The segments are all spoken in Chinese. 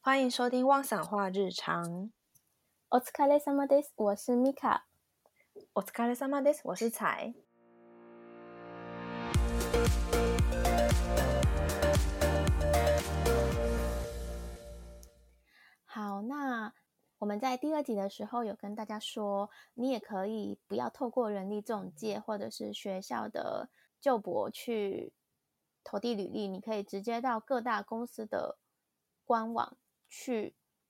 欢迎收听妄想话日常。 お疲れ様です，我是米卡。 お疲れ様です，我是彩。 好，那我们在第2集的时候有跟大家说，你也可以不要透过人力中介或者是学校的就博去投递履历，你可以直接到各大公司的官网去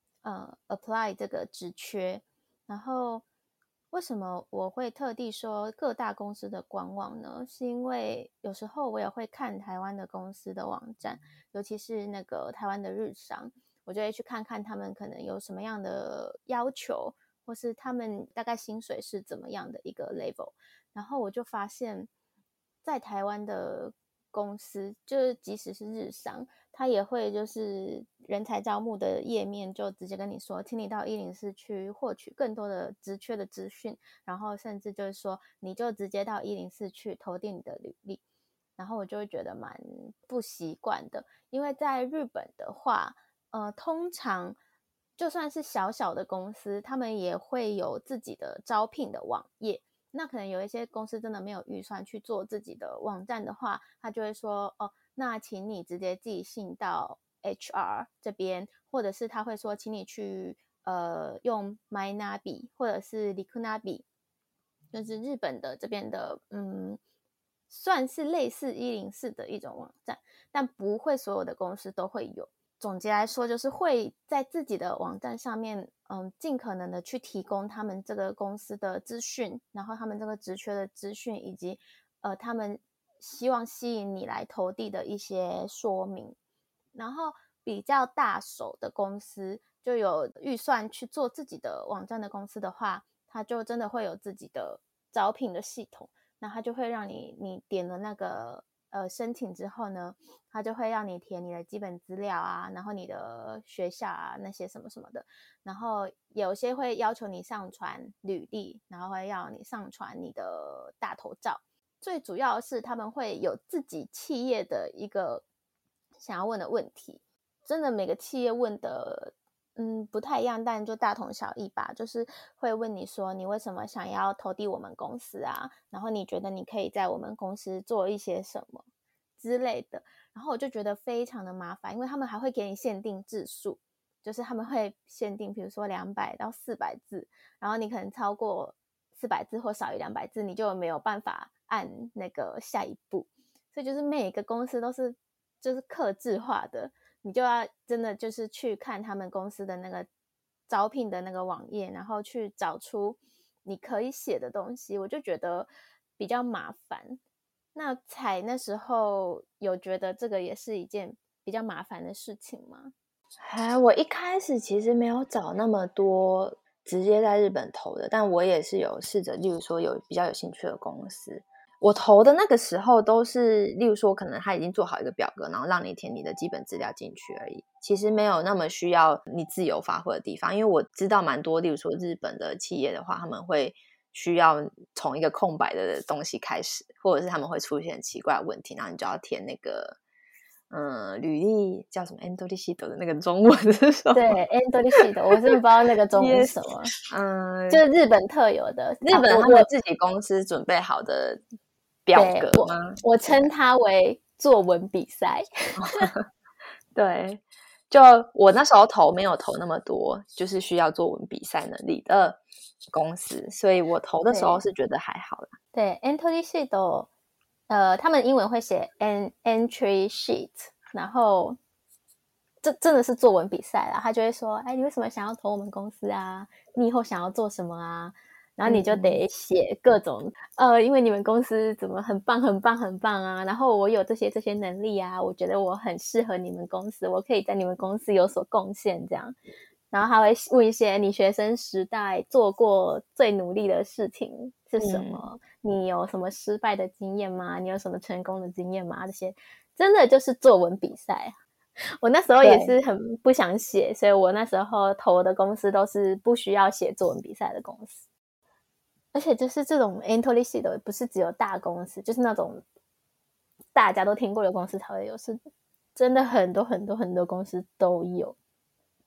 apply 这个职缺。然后为什么我会特地说各大公司的官网呢？是因为有时候我也会看台湾的公司的网站，尤其是那个台湾的日商，我就会去看看他们可能有什么样的要求，或是他们大概薪水是怎么样的一个 level。然后我就发现在台湾的公司，就是即使是日商，他也会就是人才招募的页面就直接跟你说，请你到104去获取更多的职缺的资讯，然后甚至就是说你就直接到104去投递你的履历。然后我就会觉得蛮不习惯的，因为在日本的话通常就算是小小的公司，他们也会有自己的招聘的网页。那可能有一些公司真的没有预算去做自己的网站的话，他就会说那请你直接寄信到 HR 这边，或者是他会说请你去用 Mynavi 或者是 Rikunabi， 就是日本的这边的算是类似104的一种网站，但不会所有的公司都会有。总结来说，就是会在自己的网站上面尽可能的去提供他们这个公司的资讯，然后他们这个职缺的资讯，以及他们希望吸引你来投递的一些说明。然后比较大手的公司，就有预算去做自己的网站的公司的话，它就真的会有自己的招聘的系统。那它就会让你点了那个申请之后呢，它就会让你填你的基本资料啊，然后你的学校啊那些什么什么的，然后有些会要求你上传履历，然后会要你上传你的大头照。最主要是他们会有自己企业的一个想要问的问题，真的每个企业问的不太一样，但就大同小异吧。就是会问你说你为什么想要投递我们公司啊，然后你觉得你可以在我们公司做一些什么之类的。然后我就觉得非常的麻烦，因为他们还会给你限定字数，就是他们会限定比如说200到400字，然后你可能超过400字或少于200字，你就没有办法按那个下一步。所以就是每个公司都是就是客制化的，你就要真的就是去看他们公司的那个招聘的那个网页，然后去找出你可以写的东西，我就觉得比较麻烦。那彩那时候有觉得这个也是一件比较麻烦的事情吗？ 我一开始其实没有找那么多直接在日本投的，但我也是有试着，例如说有比较有兴趣的公司，我投的那个时候都是，例如说可能他已经做好一个表格，然后让你填你的基本资料进去而已，其实没有那么需要你自由发挥的地方。因为我知道蛮多，例如说日本的企业的话，他们会需要从一个空白的东西开始，或者是他们会出现奇怪的问题，然后你就要填那个履历叫什么 entry sheet 的那个中文是什么？ 对 entry sheet 我真的不知道那个中文是什么就是日本特有的日本他们自己公司准备好的表格吗？ 我称它为作文比赛对，就我那时候投没有投那么多就是需要作文比赛能力的公司，所以我投的时候是觉得还好啦。 对 entry sheet 他们英文会写 entry sheet， 然后这真的是作文比赛啦，他就会说你为什么想要投我们公司啊，你以后想要做什么啊，然后你就得写各种因为你们公司怎么很棒很棒很棒啊，然后我有这些能力啊，我觉得我很适合你们公司，我可以在你们公司有所贡献这样。然后他会问一些你学生时代做过最努力的事情是什么，你有什么失败的经验吗？你有什么成功的经验吗？这些真的就是作文比赛。我那时候也是很不想写，所以我那时候投的公司都是不需要写作文比赛的公司。而且就是这种 entry sheet 的不是只有大公司，就是那种大家都听过的公司才会有，是真的很多很多很多公司都有。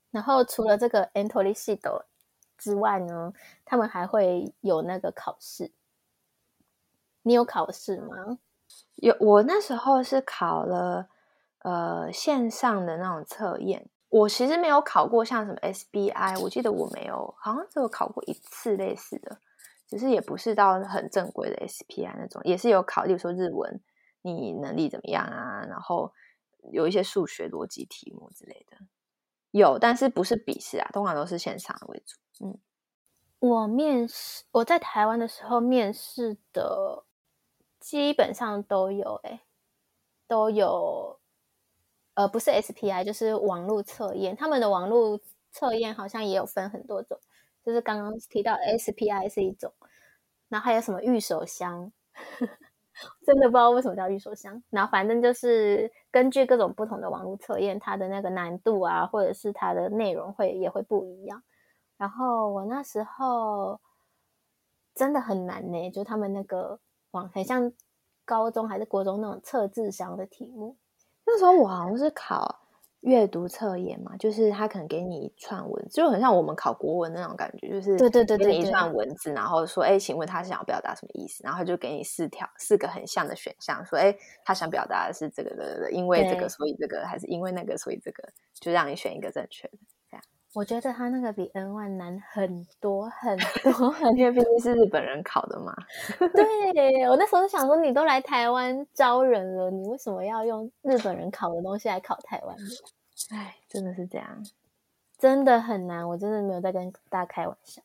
然后除了这个 Entoli 系统之外呢，他们还会有那个考试。你有考试吗？ 有，我那时候是考了线上的那种测验。我其实没有考过像什么 SBI， 我记得我没有，好像只有考过一次类似的，只是也不是到很正规的 SPI 那种，也是有考，例如说日文你能力怎么样啊，然后有一些数学逻辑题目之类的，有，但是不是笔试啊，通常都是线上为主。 我在台湾的时候面试的基本上都有都有不是 SPI 就是网络测验，他们的网络测验好像也有分很多种，就是刚刚提到 SPI 是一种，然后还有什么御手箱真的不知道为什么叫御手箱，然后反正就是根据各种不同的网络测验，它的那个难度啊，或者是它的内容也会不一样。然后我那时候真的很难呢，就他们那个很像高中还是国中那种测智商的题目。 那时候我好像是考阅读测验嘛，就是他可能给你一串文字，就很像我们考国文那种感觉，就是对对对给你一对对， 串文字，然后说，请问他想要表达什么意思？然后就给你四个很像的选项，说，他想表达的是这个，因为这个对所以这个，还是因为那个所以这个，就让你选一个正确的，这样。 我觉得他那个比 N1 难很多很多很因为毕竟是日本人考的嘛。 对，我那时候想说，你都来台湾招人了，你为什么要用日本人考的东西来考台湾的？ 哎，真的是这样。 真的很难，我真的没有在跟大家开玩笑。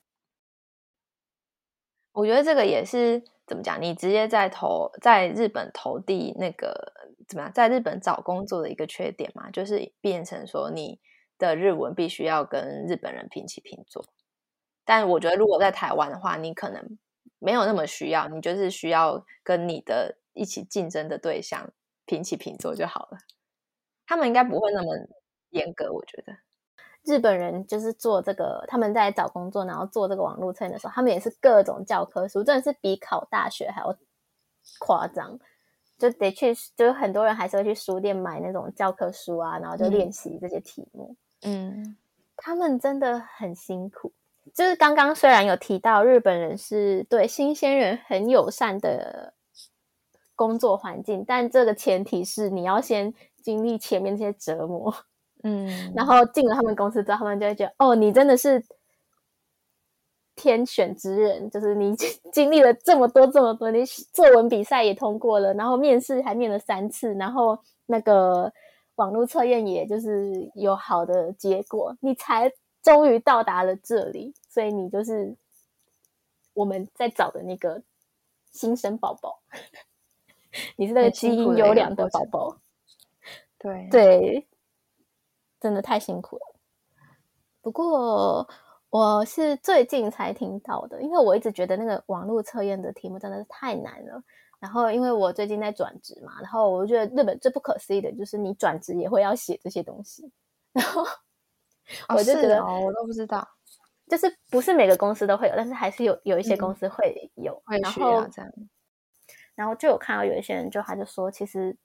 我觉得这个也是怎么讲？你直接在日本投递那个怎么样？在日本找工作的一个缺点嘛，就是变成说你的日文必须要跟日本人平起平坐。但我觉得如果在台湾的话，你可能没有那么需要，你就是需要跟你的一起竞争的对象平起平坐就好了。他们应该不会那么严格，我觉得。 日本人就是做这个，他们在找工作，然后做这个网络测验的时候，他们也是各种教科书，真的是比考大学还要夸张。就得去，就是很多人还是会去书店买那种教科书啊，然后就练习这些题目。他们真的很辛苦。就是刚刚虽然有提到日本人是对新鲜人很友善的工作环境，但这个前提是你要先经历前面这些折磨。然后进了他们公司之后，他们就会觉得，哦，你真的是天选之人，就是你经历了这么多，你作文比赛也通过了，然后面试还面了3次，然后那个网络测验也就是有好的结果，你才终于到达了这里，所以你就是我们在找的那个新生宝宝，你是那个基因优良的宝宝。对，真的太辛苦了。不过我是最近才听到的，因为我一直觉得那个网络测验的题目真的是太难了。然后因为我最近在转职嘛，然后我觉得日本最不可思议的就是你转职也会要写这些东西，然后我就觉得， 我都不知道， 就是不是每个公司都会有，但是还是有一些公司会有， 会需要这样。 然后就有看到有一些人他就说，其实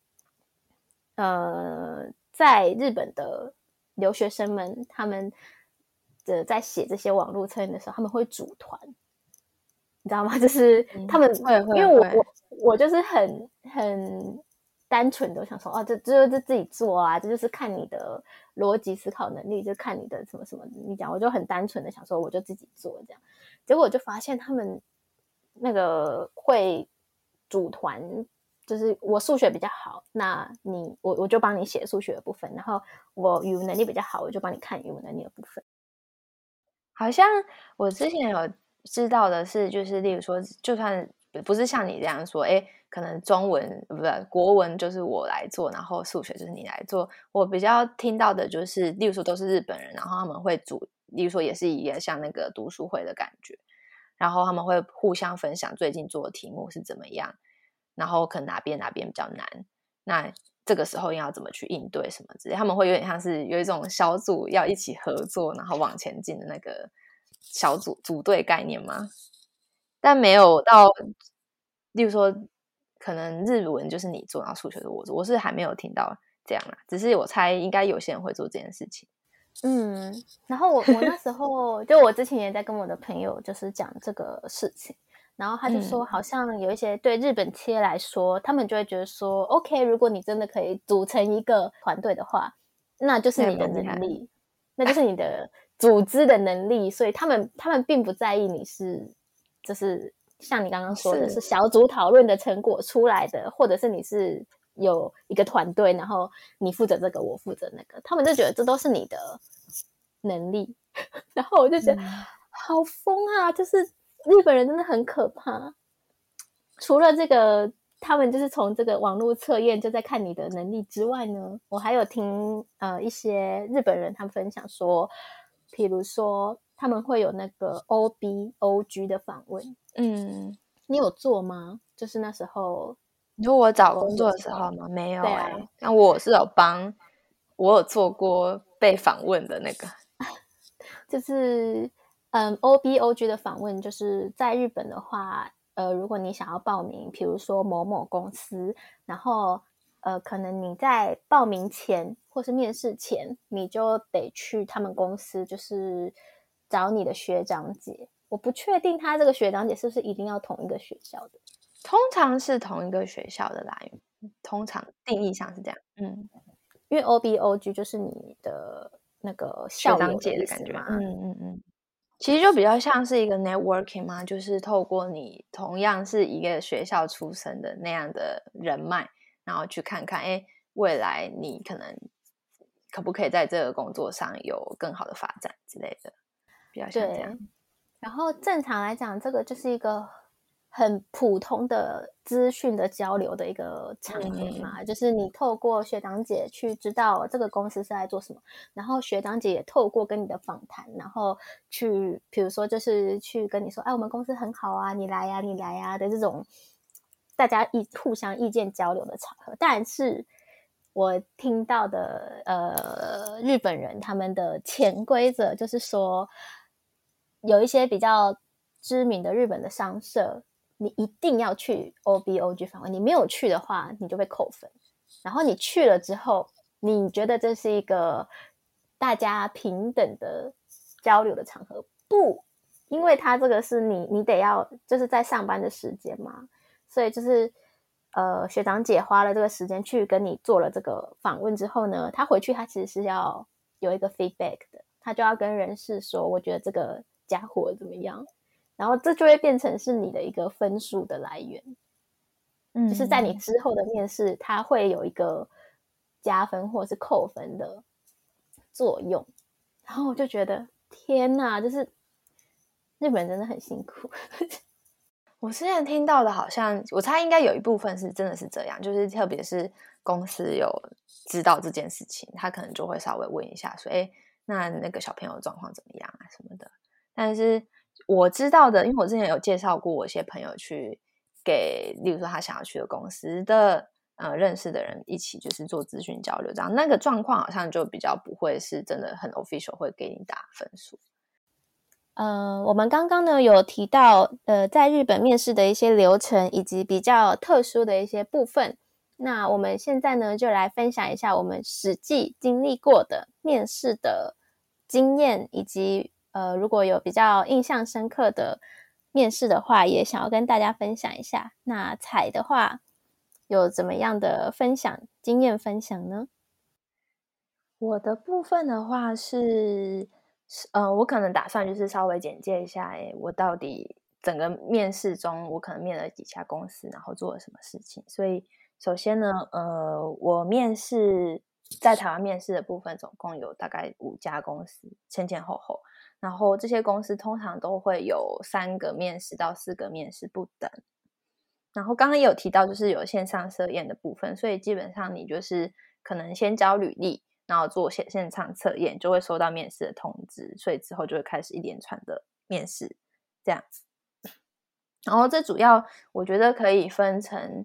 在日本的留学生们，他们在写这些网络测验的时候，他们会组团，你知道吗？就是他们因为我就是很单纯的想说，哦，这自己做啊，这就是看你的逻辑思考能力，就看你的什么什么。你讲，我就很单纯的想说，我就自己做这样。结果我就发现他们那个会组团，就是我数学比较好，那我就帮你写数学的部分，然后我语文能力比较好，我就帮你看语文能力的部分。 好像我之前有知道的是，就是例如说，就算不是像你这样说，可能中文不是国文就是我来做，然后数学就是你来做。我比较听到的就是，例如说都是日本人，然后他们会例如说也是一个像那个读书会的感觉，然后他们会互相分享最近做的题目是怎么样，然后可能哪边比较难，那这个时候要怎么去应对什么之类，他们会有点像是有一种小组要一起合作，然后往前进的那个小组队概念吗？但没有到，例如说可能日文就是你做，然后数学是我做，我是还没有听到这样啦。只是我猜应该有些人会做这件事情。 然后我那时候就我之前也在跟我的朋友就是讲这个事情，然后他就说好像有一些对日本企业来说，他们就会觉得说 OK， 如果你真的可以组成一个团队的话，那就是你的能力，那就是你的组织的能力，所以他们并不在意你是就是像你刚刚说的是小组讨论的成果出来的，或者是你是有一个团队，然后你负责这个，我负责那个，他们就觉得这都是你的能力。然后我就觉得好疯啊，就是日本人真的很可怕。除了这个他们就是从这个网络测验就在看你的能力之外呢，我还有听一些日本人他们分享说，比如说他们会有那个 OBOG 的访问，你有做吗？就是那时候你说我找工作的时候吗？没有但我有做过被访问的那个， 就是OBOG 的访问，就是在日本的话，如果你想要报名，比如说某某公司，然后可能你在报名前或是面试前，你就得去他们公司，就是找你的学长姐。我不确定他这个学长姐是不是一定要同一个学校的， 通常是同一个学校的来源，通常定义上是这样。 因为 OBOG 就是你的那个校友的意思嘛。 其实就比较像是一个 networking 嘛，就是透过你同样是一个学校出身的那样的人脉，然后去看看，未来你可能可不可以在这个工作上有更好的发展之类的，比较像这样。 然后正常来讲，这个就是一个很普通的资讯的交流的一个场合嘛，就是你透过学长姐去知道这个公司是在做什么，然后学长姐也透过跟你的访谈，然后去比如说就是去跟你说，我们公司很好啊，你来呀，你来呀的这种大家互相意见交流的场合。但是我听到的日本人他们的潜规则就是说，有一些比较知名的日本的商社，你一定要去 OBOG 访问，你没有去的话，你就被扣分。然后你去了之后，你觉得这是一个大家平等的交流的场合？不，因为他这个是你得要就是在上班的时间嘛，所以就是学长姐花了这个时间去跟你做了这个访问之后呢，他回去他其实是要有一个 feedback 的，他就要跟人事说，我觉得这个家伙怎么样，然后这就会变成是你的一个分数的来源。就是在你之后的面试，它会有一个加分或是扣分的作用。然后我就觉得天哪，就是日本人真的很辛苦。 我之前听到的好像，我猜应该有一部分是真的是这样，就是特别是公司有知道这件事情，他可能就会稍微问一下说，那个小朋友的状况怎么样啊什么的。但是我知道的，因为我之前有介绍过我一些朋友去给，例如说他想要去的公司的认识的人一起就是做资讯交流，这样那个状况好像就比较不会是真的很 official 会给你打分数。 我们刚刚呢有提到在日本面试的一些流程以及比较特殊的一些部分。那我们现在呢就来分享一下我们实际经历过的面试的经验，以及如果有比较印象深刻的面试的话，也想要跟大家分享一下。那彩的话有怎么样的经验分享呢？ 我的部分的话是，我可能打算就是稍微简介一下，我到底整个面试中，我可能面了几家公司，然后做了什么事情。所以首先呢，我在台湾面试的部分，总共有大概5家公司，前前后后，然后这些公司通常都会有3个面试到4个面试不等。然后刚刚也有提到，就是有线上测验的部分，所以基本上你就是可能先交履历，然后做线上测验，就会收到面试的通知，所以之后就会开始一连串的面试这样子。然后这主要我觉得可以分成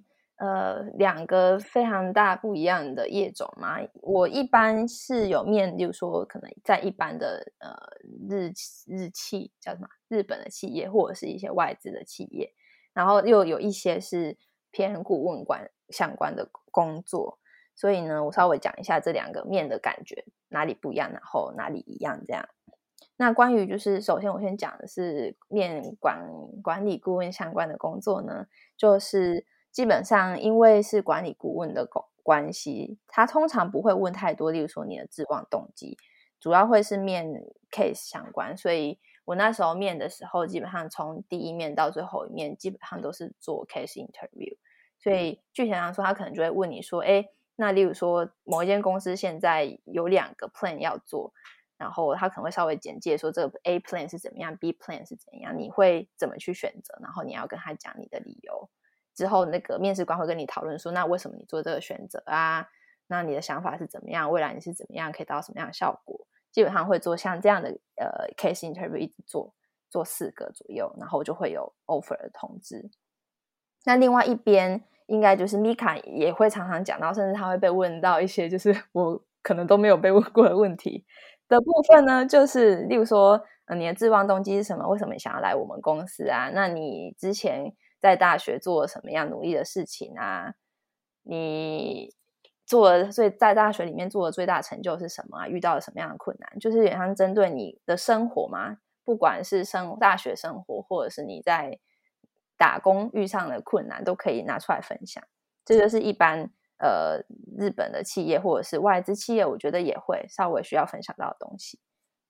2个非常大不一样的业种嘛。我一般是有面，例如说可能在一般的日企叫什么日本的企业，或者是一些外资的企业，然后又有一些是偏顾问相关的工作。 所以呢，我稍微讲一下这两个面的感觉哪里不一样，然后哪里一样这样。那关于就是首先我先讲的是面管理顾问相关的工作呢，就是基本上因为是管理顾问的关系，他通常不会问太多，例如说你的志望动机，主要会是面 case 相关。所以我那时候面的时候，基本上从第一面到最后一面基本上都是做 case interview。所以具体来说，他可能就会问你说，那例如说某一间公司现在有2个 plan 要做，然后他可能会稍微简介说这个 A plan 是怎么样， B plan 是怎样，你会怎么去选择，然后你要跟他讲你的理由。之后那个面试官会跟你讨论说，那为什么你做这个选择啊？那你的想法是怎么样？未来你是怎么样可以达到什么样的效果？基本上会做像这样的case interview， 一直做4个左右，然后就会有 offer 的通知。那另外一边应该就是 Mika 也会常常讲到，甚至他会被问到一些就是我可能都没有被问过的问题的部分呢，就是例如说你的志望动机是什么？为什么你想要来我们公司啊？那你之前在大学做了什么样努力的事情啊？你在大学里面做的最大成就是什么啊？遇到了什么样的困难？就是有点像针对你的生活嘛，不管是大学生活，或者是你在打工遇上的困难，都可以拿出来分享。这就是一般日本的企业或者是外资企业，我觉得也会稍微需要分享到的东西。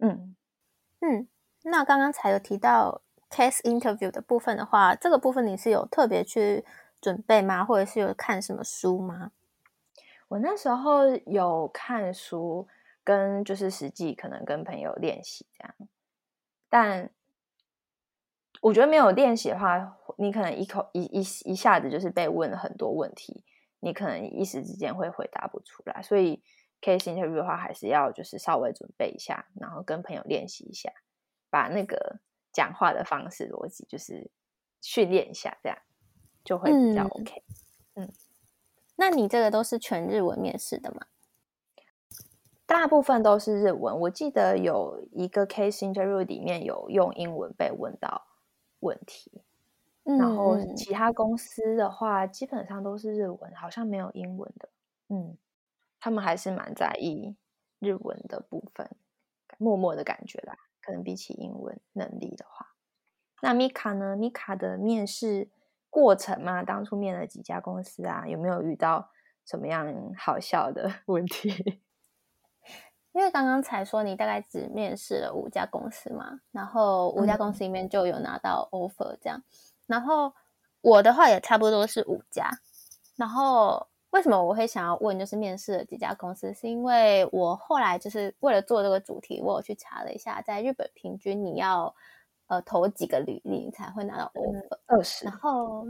那刚刚才有提到 case interview 的部分的话，这个部分你是有特别去准备吗？或者是有看什么书吗？ 我那时候有看书，跟就是实际可能跟朋友练习这样，但我觉得没有练习的话，你可能一下子就是被问了很多问题，你可能一时之间会回答不出来。所以 case interview 的话，还是要就是稍微准备一下，然后跟朋友练习一下，把那个讲话的方式逻辑就是训练一下，这样就会比较 OK。 那你这个都是全日文面试的吗？ 大部分都是日文，我记得有一个 case interview 里面有用英文被问到问题，然后其他公司的话基本上都是日文，好像没有英文的。他们还是蛮在意日文的部分，默默的感觉啦，可能比起英文能力的话。那 Mika 呢？ Mika 的面试过程嘛，当初面了几家公司啊，有没有遇到什么样好笑的问题？ 因为刚刚才说你大概只面试了5家公司嘛，然后5家公司里面就有拿到 offer 这样，然后我的话也差不多是5家。然后为什么我会想要问就是面试了几家公司，是因为我后来就是为了做这个主题，我有去查了一下，在日本平均你要投几个履历才会拿到 offer。 20。 然后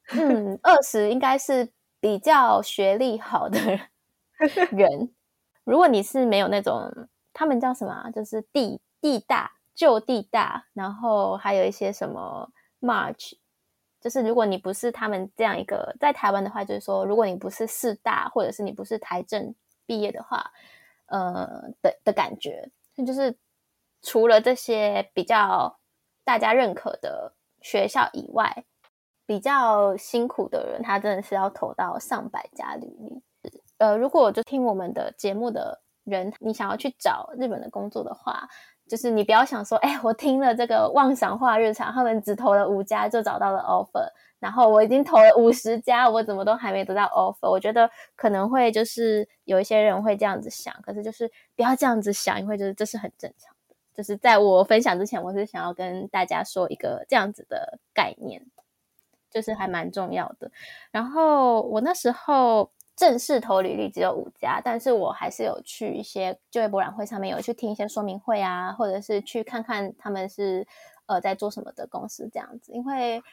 20应该是比较学历好的人。如果你是没有那种他们叫什么就是地大就地大，然后还有一些什么 March， 就是如果你不是他们这样一个，在台湾的话就是说如果你不是四大或者是你不是台政毕业的话的感觉，就是除了这些比较大家认可的学校以外，比较辛苦的人他真的是要投到上百家履历。如果就听我们的节目的人，你想要去找日本的工作的话，就是你不要想说我听了这个妄想化日常他们只投了5家就找到了 offer， 然后我已经投了50家，我怎么都还没得到 offer。 我觉得可能会就是有一些人会这样子想，可是就是不要这样子想，因为就是这是很正常的。就是在我分享之前，我是想要跟大家说一个这样子的概念，就是还蛮重要的。然后我那时候正式投履历只有5家，但是我还是有去一些就业博览会上面有去听一些说明会啊，或者是去看看他们是在做什么的公司这样子。因为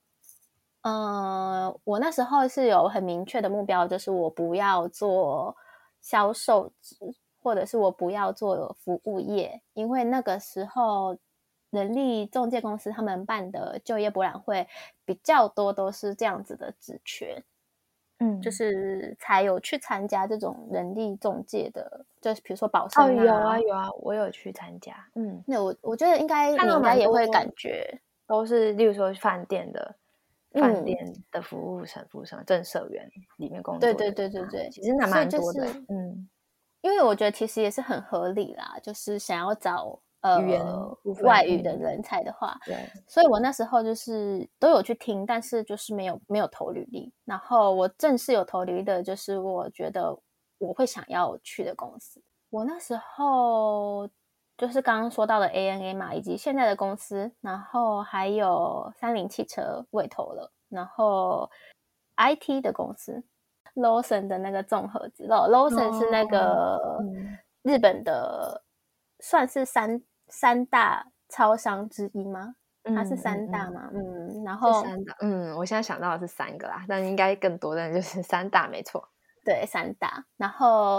我那时候是有很明确的目标，就是我不要做销售职，或者是我不要做服务业，因为那个时候人力中介公司他们办的就业博览会比较多都是这样子的职缺。就是才有去参加这种人力中介的，就是比如说保生有啊，我有去参加。 那我觉得你应该也会感觉都是例如说饭店的饭店的服务生、正社员里面工作的。 对， 其实那蛮多的。 因为我觉得其实也是很合理啦，就是想要找语言外语的人才的话， 对， 所以我那时候就是都有去听，但是就是没有投履历。然后我正式有投履历的，就是我觉得我会想要去的公司。我那时候就是刚刚说到的 ANA 嘛，以及现在的公司，然后还有30汽车我也投了，然后 IT 的公司。Lawson 的那个综合制，Lawson 是那个日本的，算是三大超商之一吗？它是三大嘛？然后是三大，我现在想到的是3个啦，但应该更多的就是3大，没错。 对，三大。然后，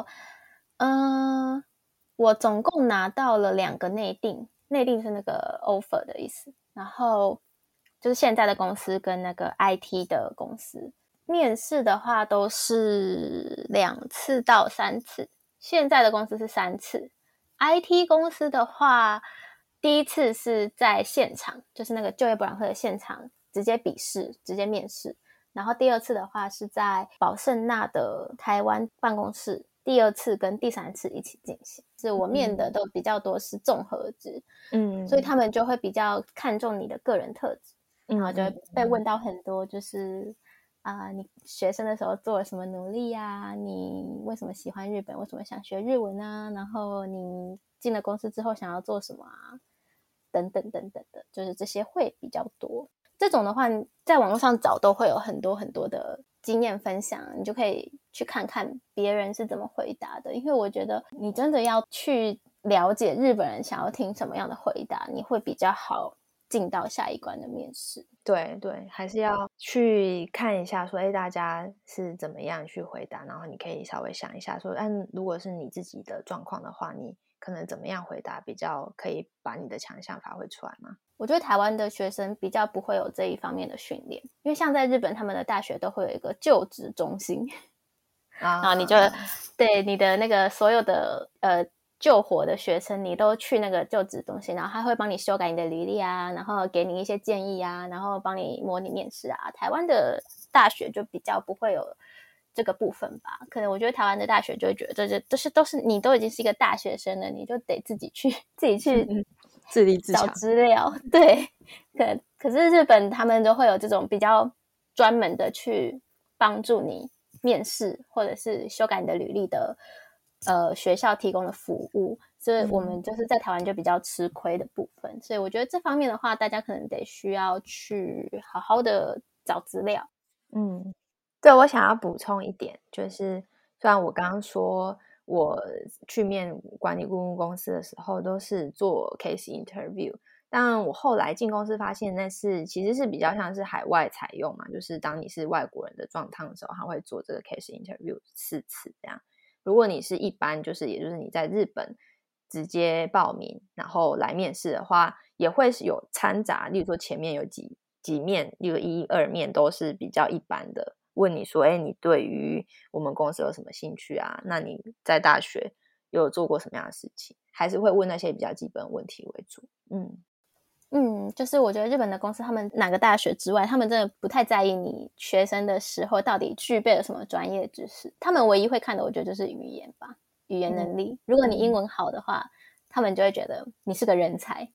我总共拿到了2个内定，内定是那个 offer 的意思。然后就是现在的公司跟那个 IT 的公司。面试的话都是2次到3次，现在的公司是3次。IT 公司的话，第一次是在现场，就是那个就业博览会的现场，直接笔试，直接面试。然后第2次的话是在宝盛纳的台湾办公室，第2次跟第3次一起进行。是我面的都比较多是综合职，所以他们就会比较看重你的个人特质，然后就会被问到很多就是你学生的时候做了什么努力啊？你为什么喜欢日本？为什么想学日文啊？然后你进了公司之后想要做什么啊？等等等等的，就是这些会比较多。这种的话，你在网络上找都会有很多很多的经验分享，你就可以去看看别人是怎么回答的。因为我觉得你真的要去了解日本人想要听什么样的回答，你会比较好进到下一关的面试。 对，还是要去看一下说大家是怎么样去回答，然后你可以稍微想一下说如果是你自己的状况的话，你可能怎么样回答比较可以把你的强项发挥出来吗？ 我觉得台湾的学生比较不会有这一方面的训练，因为像在日本他们的大学都会有一个就职中心然后你就对你的那个所有的救火的学生，你都去那个就职中心，然后他会帮你修改你的履历啊，然后给你一些建议啊，然后帮你模拟面试啊。台湾的大学就比较不会有这个部分吧，可能我觉得台湾的大学就会觉得这都是你都已经是一个大学生了，你就得自己去自立自强找资料。对，可是日本他们都会有这种比较专门的去帮助你面试或者是修改你的履历的学校提供的服务，所以我们就是在台湾就比较吃亏的部分。所以我觉得这方面的话，大家可能得需要去好好的找资料。 对，我想要补充一点，就是虽然我刚刚说我去面管理顾问公司的时候都是做 case interview，但我后来进公司发现其实是比较像是海外采用嘛，就是当你是外国人的状态的时候，他会做这个 case interview 4次这样。如果你是一般也就是你在日本直接报名然后来面试的话，也会有掺杂，例如说前面有几面，例如1、2面都是比较一般的，问你说你对于我们公司有什么兴趣啊？那你在大学有做过什么样的事情？还是会问那些比较基本的问题为主。 就是我觉得日本的公司他们哪个大学之外，他们真的不太在意你学生的时候到底具备了什么专业知识，他们唯一会看的我觉得就是语言吧，语言能力。如果你英文好的话，他们就会觉得你是个人才。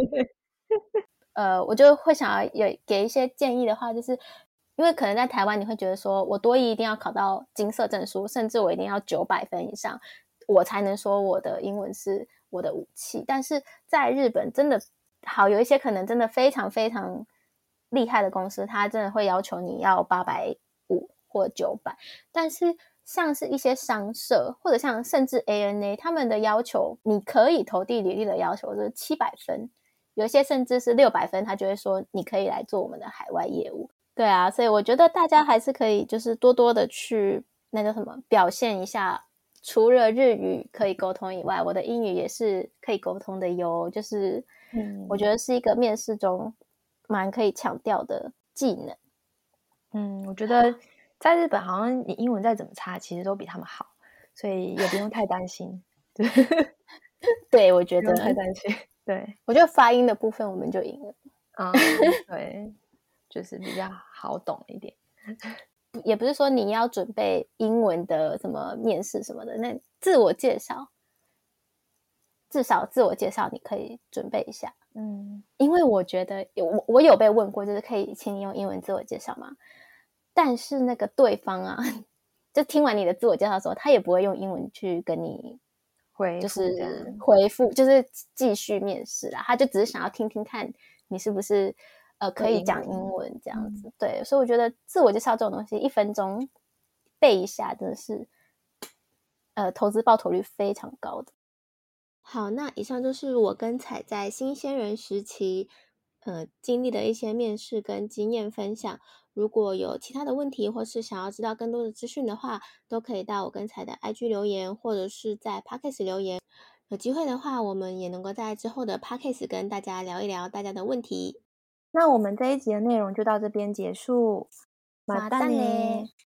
我就会想要给一些建议的话，就是因为可能在台湾你会觉得说我多益一定要考到金色证书，甚至我一定要900分以上，我才能说我的英文是我的武器。但是在日本真的有一些可能真的非常非常厉害的公司，他真的会要求你要850或900，但是像是一些商社或者像甚至 ANA 他们的要求，你可以投递履历的要求是700分，有一些甚至是600分，他就会说你可以来做我们的海外业务。对啊，所以我觉得大家还是可以就是多多的去那叫什么表现一下，除了日语可以沟通以外，我的英语也是可以沟通的哟，就是我觉得是一个面试中蛮可以强调的技能。 我觉得在日本好像你英文再怎么差其实都比他们好，所以也不用太担心。 对，我觉得不用太担心。对， 我觉得发音的部分我们就赢了。 对， 就是比较好懂一点。 也不是说你要准备英文的什么面试什么的，那自我介绍，至少自我介绍你可以准备一下。因为我觉得我有被问过，就是可以请你用英文自我介绍吗？但是那个对方啊，就听完你的自我介绍的时候，他也不会用英文去跟你就是回复，就是继续面试啦，他就只是想要听听看你是不是可以讲英文这样子。对，所以我觉得自我介绍这种东西1分钟背一下真的是投资报酬率非常高的。好，那以上就是我跟彩在新鲜人时期经历的一些面试跟经验分享。如果有其他的问题或是想要知道更多的资讯的话，都可以到我跟彩的 IG 留言，或者是在 Podcast 留言。有机会的话，我们也能够在之后的 Podcast 跟大家聊一聊大家的问题。 那我们这一集的内容就到这边结束。 またね。